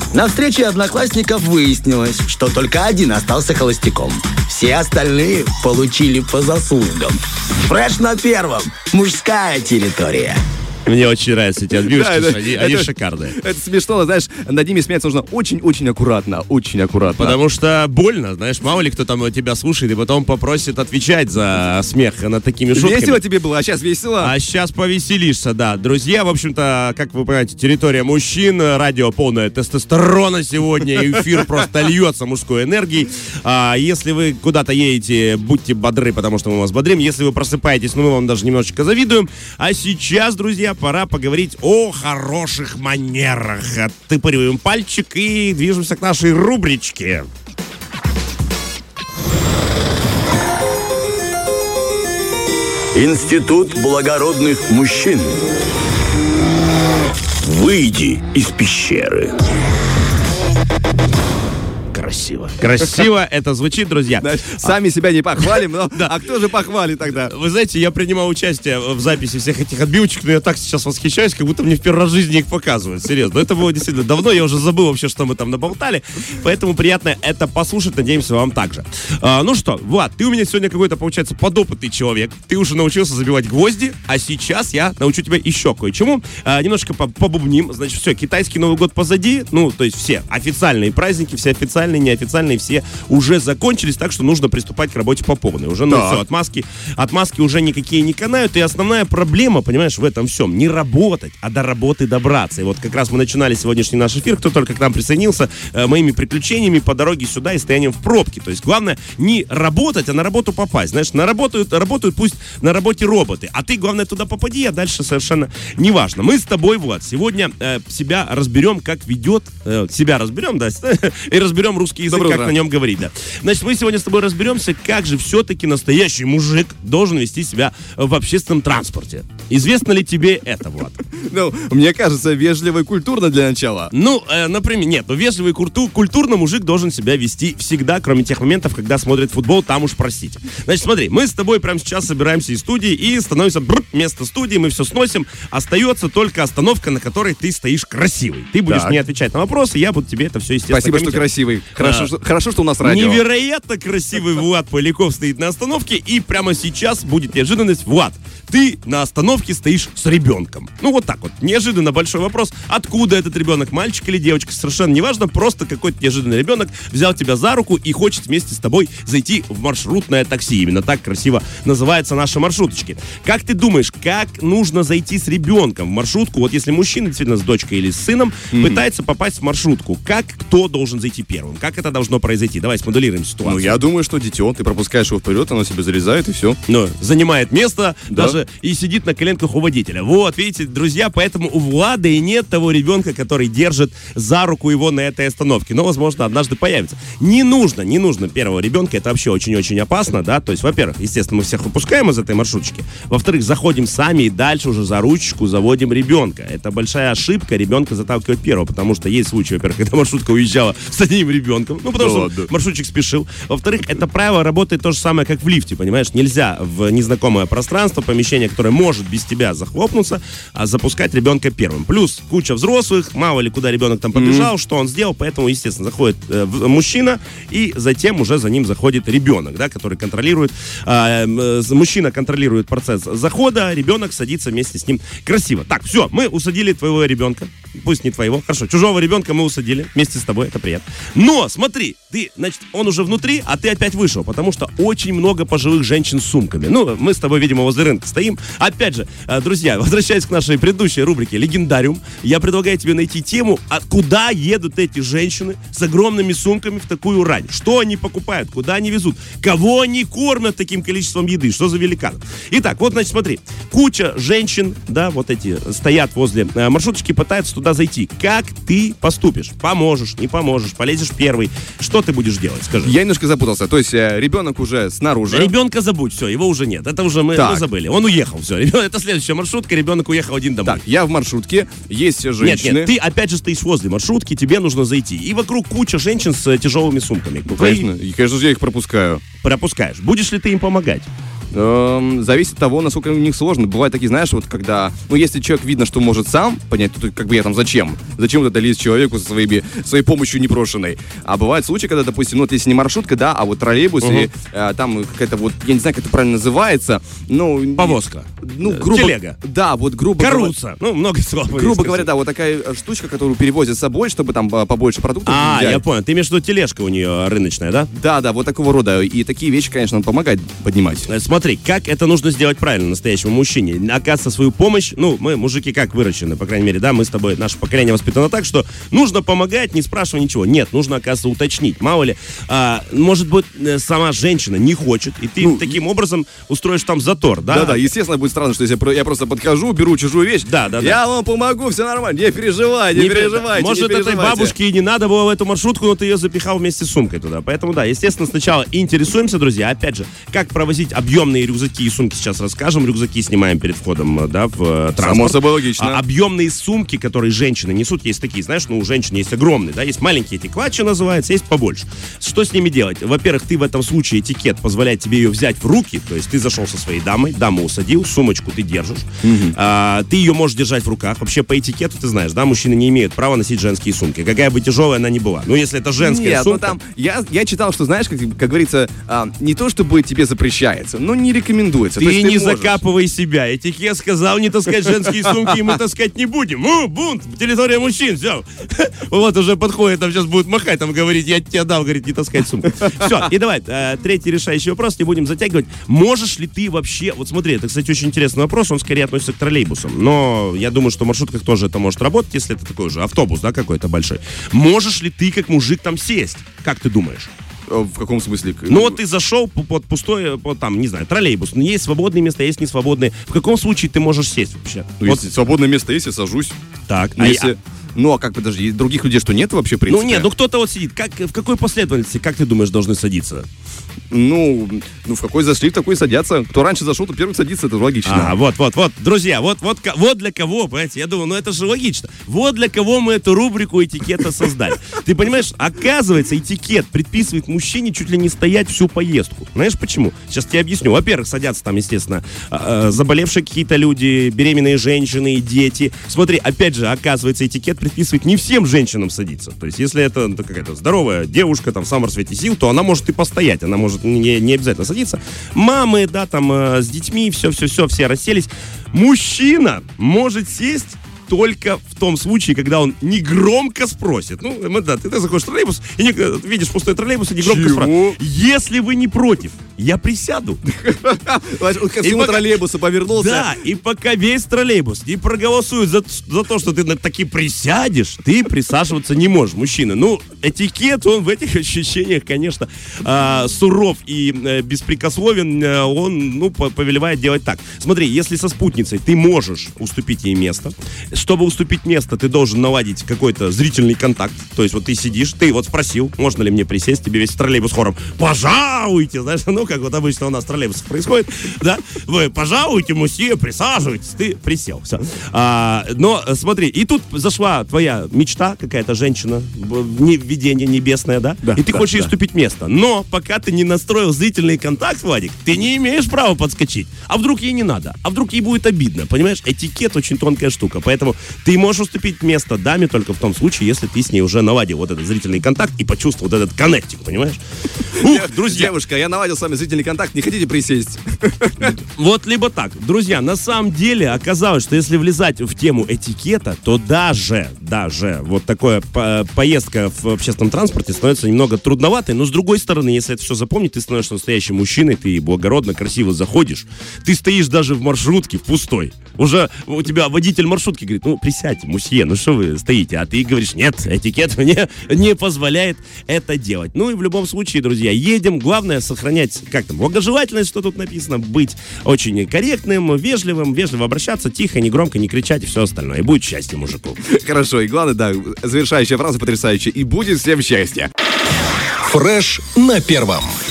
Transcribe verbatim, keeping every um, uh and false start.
На встрече одноклассников выяснилось, что только один остался холостяком. Все остальные получили по заслугам. Фреш на первом. Мужская территория. Мне очень нравятся эти отбивочки, Да, это- они, они это- шикарные. Это смешно, знаешь, над ними смеяться нужно очень-очень аккуратно, очень аккуратно. Потому что больно, знаешь, мало ли кто там тебя слушает и потом попросит отвечать за смех над такими шутками. Весело тебе было, а сейчас весело. А сейчас повеселишься, да. Друзья, в общем-то, как вы понимаете, территория мужчин, радио полное тестостерона сегодня, эфир просто льется мужской энергией. А если вы куда-то едете, будьте бодры, потому что мы вас бодрим. Если вы просыпаетесь, ну мы вам даже немножечко завидуем. А сейчас, друзья, пора поговорить о хороших манерах. Оттопыриваем пальчик и движемся к нашей рубричке. Институт благородных мужчин. Выйди из пещеры. Красиво. Красиво это звучит, друзья. Знаешь, сами себя не похвалим, но а кто же похвалит тогда? Вы знаете, я принимал участие в записи всех этих отбивочек, но я так сейчас восхищаюсь, как будто мне в первый раз в жизни их показывают. Серьезно. Это было действительно давно, я уже забыл вообще, что мы там наболтали. Поэтому приятно это послушать, надеемся, вам также. А, ну что, Влад, ты у меня сегодня какой-то, получается, подопытный человек. Ты уже научился забивать гвозди, а сейчас я научу тебя еще кое-чему. А, немножко побубним. Значит, все, китайский Новый год позади. Ну, то есть все официальные праздники, все официальные, неофициальные, все уже закончились, так что нужно приступать к работе по полной. Уже, ну, Так. все, отмазки, отмазки уже никакие не канают, и основная проблема, понимаешь, в этом всем, не работать, а до работы добраться. И вот как раз мы начинали сегодняшний наш эфир, кто только к нам присоединился, э, моими приключениями по дороге сюда и стоянием в пробке. То есть главное не работать, а на работу попасть. Знаешь, на работают, работают пусть на работе роботы, а ты, главное, туда попади, а дальше совершенно неважно. Мы с тобой, Влад, сегодня э, себя разберем, как ведет, э, себя разберем, да, и разберем русский язык, Доброе как утро. на нем говорить, да. Значит, мы сегодня с тобой разберемся, как же все-таки настоящий мужик должен вести себя в общественном транспорте. Известно ли тебе это, Влад? Ну, мне кажется, вежливо и культурно для начала. Ну, э, например, нет, ну вежливый, культу- культурно мужик должен себя вести всегда, кроме тех моментов, когда смотрит футбол, там уж простите. Значит, смотри, мы с тобой прямо сейчас собираемся из студии и становимся бррр, место студии, мы все сносим. Остается только остановка, на которой ты стоишь красивый. Ты будешь Так. мне отвечать на вопросы, я буду тебе это все, естественно, Спасибо, что комментировать. красивый. Хорошо, А, что, хорошо, что у нас радио. Невероятно красивый Влад Поляков стоит на остановке, и прямо сейчас будет неожиданность. Влад, ты на остановке стоишь с ребенком. Ну, вот так вот. Неожиданно большой вопрос. Откуда этот ребенок, мальчик или девочка? Совершенно неважно. Просто какой-то неожиданный ребенок взял тебя за руку и хочет вместе с тобой зайти в маршрутное такси. Именно так красиво называются наши маршруточки. Как ты думаешь, как нужно зайти с ребенком в маршрутку? Вот если мужчина действительно с дочкой или с сыном mm-hmm. пытается попасть в маршрутку, как кто должен зайти первым? Как это должно произойти? Давай смоделируем ситуацию. Ну, я думаю, что дитё, ты пропускаешь его вперед, оно себе зарезает, и все. Ну, занимает место, Да. даже и сидит на коленках у водителя. Вот, видите, друзья, поэтому у Влада и нет того ребенка, который держит за руку его на этой остановке. Но, возможно, однажды появится. Не нужно, не нужно первого ребенка, это вообще очень-очень опасно, да, то есть, во-первых, естественно, мы всех выпускаем из этой маршруточки, во-вторых, заходим сами и дальше уже за ручку заводим ребенка. Это большая ошибка, ребенка заталкивать первого, потому что есть случаи, во-первых, когда маршрутка уезжала с одним ребенком, ну, потому Да что ладно. маршрутчик спешил. Во-вторых, это правило работает то же самое, как в лифте, понимаешь? Нельзя в незнакомое пространство, помещение, которое может без тебя захлопнуться, а запускать ребенка первым. Плюс куча взрослых, мало ли куда ребенок там побежал, mm-hmm. что он сделал, поэтому, естественно, заходит э, в- мужчина, и затем уже за ним заходит ребенок, да, который контролирует, э, э, мужчина контролирует процесс захода, ребенок садится вместе с ним красиво. Так, все, мы усадили твоего ребенка, пусть не твоего, хорошо, чужого ребенка мы усадили вместе с тобой, это приятно. Но, смотри, ты, значит, он уже внутри, а ты опять вышел, потому что очень много пожилых женщин с сумками. Ну, мы с тобой, видимо, возле рынка стоим. Опять же, э, друзья, возвращаясь к нашей предыдущей рубрике «Легендариум», я предлагаю тебе найти тему, откуда едут эти женщины с огромными сумками в такую рань. Что они покупают, куда они везут, кого они кормят таким количеством еды, что за великан. Итак, вот, значит, смотри, куча женщин, да, вот эти стоят возле э, маршруточки, пытаются туда зайти. Как ты поступишь? Поможешь, не поможешь, полезешь первый. Что ты будешь делать, скажи? Я немножко запутался. То есть э, ребенок уже снаружи. Ребенка забудь, все, его уже нет. Это уже мы, Так. мы забыли. Он уехал, все. Это следующая маршрутка, ребенок уехал один домой. Так, я в маршрутке, есть Нет, женщины. нет, ты опять же стоишь возле маршрутки, тебе нужно зайти. И вокруг куча женщин с э, тяжелыми сумками. Ну, Ты конечно, и, конечно же, я их пропускаю. пропускаешь. Будешь ли ты им помогать? Эм, зависит от того, насколько у них сложно. Бывают такие, знаешь, вот когда... Ну, если человек видно, что может сам понять, то как бы я там зачем? Зачем вот это лезть человеку со своими, своей помощью непрошенной? А бывают случаи, когда, допустим, ну, вот если не маршрутка, да, а вот троллейбус, uh-huh. или э, там какая-то вот, я не знаю, как это правильно называется, ну... Повозка. Ну, грубо... Телега. Да, вот грубо говоря... Каруца. Ну, много слов. Грубо говоря, да, вот такая штучка, которую перевозят с собой, чтобы там побольше продуктов А, взять. я понял. Ты имеешь в виду тележка у нее рыночная, да? Да, да, вот такого рода. И такие вещи, конечно, он помогает поднимать. Смотри, как это нужно сделать правильно настоящему мужчине. Оказывается, свою помощь, ну, мы, мужики, как выращены, по крайней мере, да, мы с тобой, наше поколение воспитано так, что нужно помогать, не спрашивая ничего. Нет, нужно, оказывается, уточнить. Мало ли, а, может быть, сама женщина не хочет, и ты ну, таким образом устроишь там затор, да? Да-да, естественно, будет странно, что если я просто подхожу, беру чужую вещь, да, да, я да. вам помогу, все нормально, не переживай, не, не переживайте, Может, не переживайте. Этой бабушке и не надо было в эту маршрутку, но ты ее запихал вместе с сумкой туда. Поэтому, да, естественно, сначала интересуемся, друзья. Опять же, как провозить объемные рюкзаки и сумки, сейчас расскажем. Рюкзаки снимаем перед входом, да, в э, транспорт. Само собой логично. А, объемные сумки, которые женщины несут, есть такие, знаешь, ну, у женщин есть огромные, да, есть маленькие, эти клатчи называются, есть побольше. Что с ними делать? Во-первых, ты в этом случае, этикет позволяет тебе ее взять в руки, то есть ты зашел со своей дамой, даму усадил, сумочку ты держишь, mm-hmm. а, ты ее можешь держать в руках. Вообще, по этикету, ты знаешь, да, мужчины не имеют права носить женские сумки, какая бы тяжелая она ни была. Ну, если это женская Нет, сумка... ну там, я, я читал, что, знаешь, как, как говорится, а, не то, чтобы тебе запрещается, но не рекомендуется. Ты, то есть не ты можешь. закапывай себя. Этикет сказал не таскать женские сумки, и мы таскать не будем. У, бунт, территория мужчин, все. Вот уже подходит, там сейчас будет махать, там говорить, я тебе дал, говорит, не таскать сумку. Все, и давай, третий решающий вопрос, не будем затягивать. Можешь ли ты вообще, вот смотри, это, кстати, очень интересный вопрос, он скорее относится к троллейбусам, но я думаю, что в маршрутках тоже это может работать, если это такой же автобус, да, какой-то большой. Можешь ли ты, как мужик, там сесть? Как ты думаешь? В каком смысле? Ну вот ты зашел под пустой, под, там, не знаю, троллейбус. Но есть свободные места, есть несвободные. В каком случае ты можешь сесть вообще? Ну, вот. Если свободное место есть, я сажусь. Так, ну, а если... я... Ну, а как, подожди, других людей что, нет вообще, в принципе? Ну, нет, ну кто-то вот сидит. Как, в какой последовательности, как ты думаешь, должны садиться? Ну, ну, в какой зашли, в такой садятся. Кто раньше зашел, то первый садится, это логично. А, вот, вот, вот, друзья, вот, вот, вот для кого, понимаете, я думаю, ну это же логично. Вот для кого мы эту рубрику этикета создали. Ты понимаешь, оказывается, этикет предписывает мужчине чуть ли не стоять всю поездку. Знаешь почему? Сейчас тебе объясню. Во-первых, садятся там, естественно, заболевшие какие-то люди, беременные женщины и дети. Смотри, опять же, оказывается, этикет предписывает не всем женщинам садиться. То есть, если это ну, какая-то здоровая девушка, там, в самом расцвете сил, то она может и постоять, она может не, не обязательно садиться. Мамы, да, там, э, с детьми, все-все-все, все расселись. Мужчина может сесть только в том случае, когда он негромко спросит. Ну, мы, да, ты, ты заходишь в троллейбус, и не, видишь пустой троллейбус, и негромко спрашиваешь. Если вы не против, я присяду. Он ко всему троллейбусу повернулся. Да, и пока весь троллейбус не проголосует за, за то, что ты таки присядешь, ты присаживаться не можешь, мужчина. Ну, этикет, он в этих ощущениях, конечно, э, суров и э, беспрекословен. Э, он, ну, повелевает делать так. Смотри, если со спутницей ты можешь уступить ей место, чтобы уступить место, ты должен наладить какой-то зрительный контакт. То есть вот ты сидишь, ты вот спросил, можно ли мне присесть, тебе весь троллейбус хором «Пожалуйте!» Знаешь, ну, как вот обычно у нас в троллейбусах происходит, да? Вы «Пожалуйте, мусье, присаживайтесь!» Ты присел, все. А, но смотри, и тут зашла твоя мечта, какая-то женщина, не, видение небесное, да? Да, и ты да, хочешь ей да. уступить место. Но пока ты не настроил зрительный контакт, Владик, ты не имеешь права подскочить. А вдруг ей не надо? А вдруг ей будет обидно? Понимаешь, этикет очень тонкая штука. Поэтому ты можешь уступить место даме только в том случае, если ты с ней уже наладил вот этот зрительный контакт и почувствовал вот этот коннектинг, понимаешь? Ух, друзья. Девушка, я наладил с вами зрительный контакт, не хотите присесть? Вот либо так. Друзья, на самом деле оказалось, что если влезать в тему этикета, то даже, даже вот такая по- поездка в общественном транспорте становится немного трудноватой, но с другой стороны, если это все запомнить, ты становишься настоящим мужчиной, ты благородно, красиво заходишь, ты стоишь даже в маршрутке в пустой. Уже у тебя водитель маршрутки говорит, ну, присядьте, мусье, ну что вы стоите? А ты говоришь, нет, этикет мне не позволяет это делать. Ну и в любом случае, друзья, едем. Главное сохранять, как там, благожелательность, что тут написано, быть очень корректным, вежливым, вежливо обращаться, тихо, не громко, не кричать и все остальное. И будет счастье мужику. Хорошо, и главное, да, завершающая фраза потрясающая. И будет всем счастье. Фреш на первом.